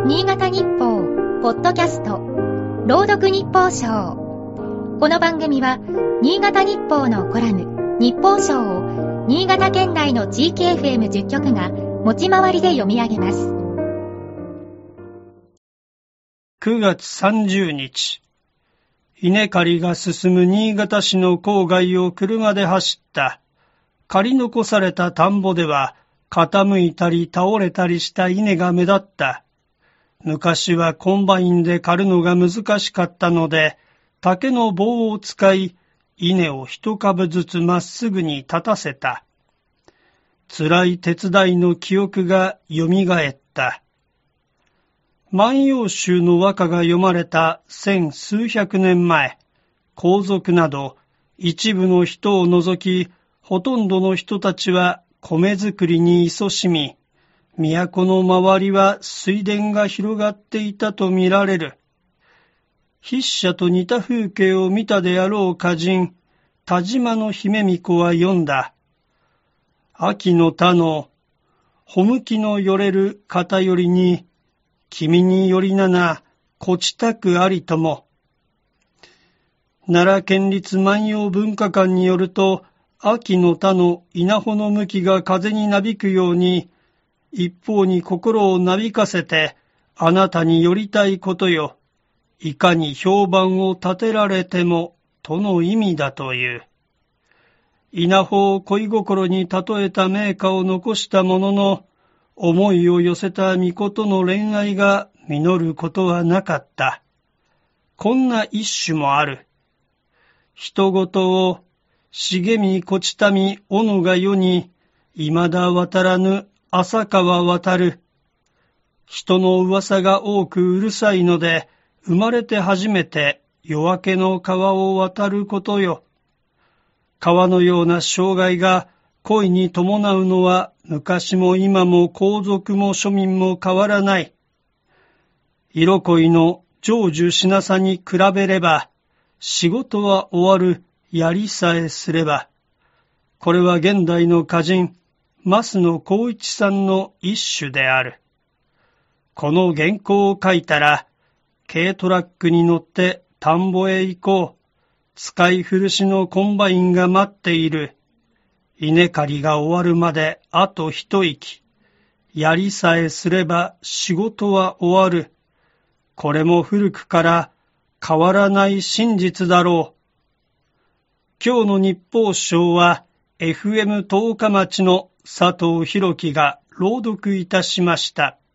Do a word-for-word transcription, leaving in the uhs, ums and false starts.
新潟日報ポッドキャスト朗読日報賞。この番組は新潟日報のコラム日報賞を新潟県内の地域 エフエムじゅっ 局が持ち回りで読み上げます。 くがつさんじゅうにち、稲刈りが進む新潟市の郊外を車で走った。刈り残された田んぼでは傾いたり倒れたりした稲が目立った。昔はコンバインで刈るのが難しかったので、竹の棒を使い、稲を一株ずつまっすぐに立たせた。辛い手伝いの記憶がよみがえった。万葉集の和歌が読まれた千数百年前、皇族など一部の人を除き、ほとんどの人たちは米作りに勤しみ、都の周りは水田が広がっていたと見られる。筆者と似た風景を見たであろう歌人、田島の姫巫女は読んだ。秋の田の、ほむきのよれる片寄りに、君によりなな、こちたくありとも。奈良県立万葉文化館によると、秋の田の稲穂の向きが風になびくように、一方に心をなびかせて、あなたに寄りたいことよ。いかに評判を立てられても、との意味だという。稲穂を恋心に例えた名歌を残したものの、思いを寄せた巫女との恋愛が実ることはなかった。こんな一種もある。人ごとを、茂みこちたみおのが世に、未だ渡らぬ浅川渡る。人の噂が多くうるさいので、生まれて初めて夜明けの川を渡ることよ。川のような障害が恋に伴うのは昔も今も皇族も庶民も変わらない。色恋の成就しなさに比べれば、仕事は終わる、やりさえすれば。これは現代の歌人、増野光一さんの一種である。この原稿を書いたら、軽トラックに乗って田んぼへ行こう。使い古しのコンバインが待っている。稲刈りが終わるまであと一息。やりさえすれば仕事は終わる。これも古くから変わらない真実だろう。今日の日報賞は エフエム 十日町の佐藤弘樹が朗読いたしました。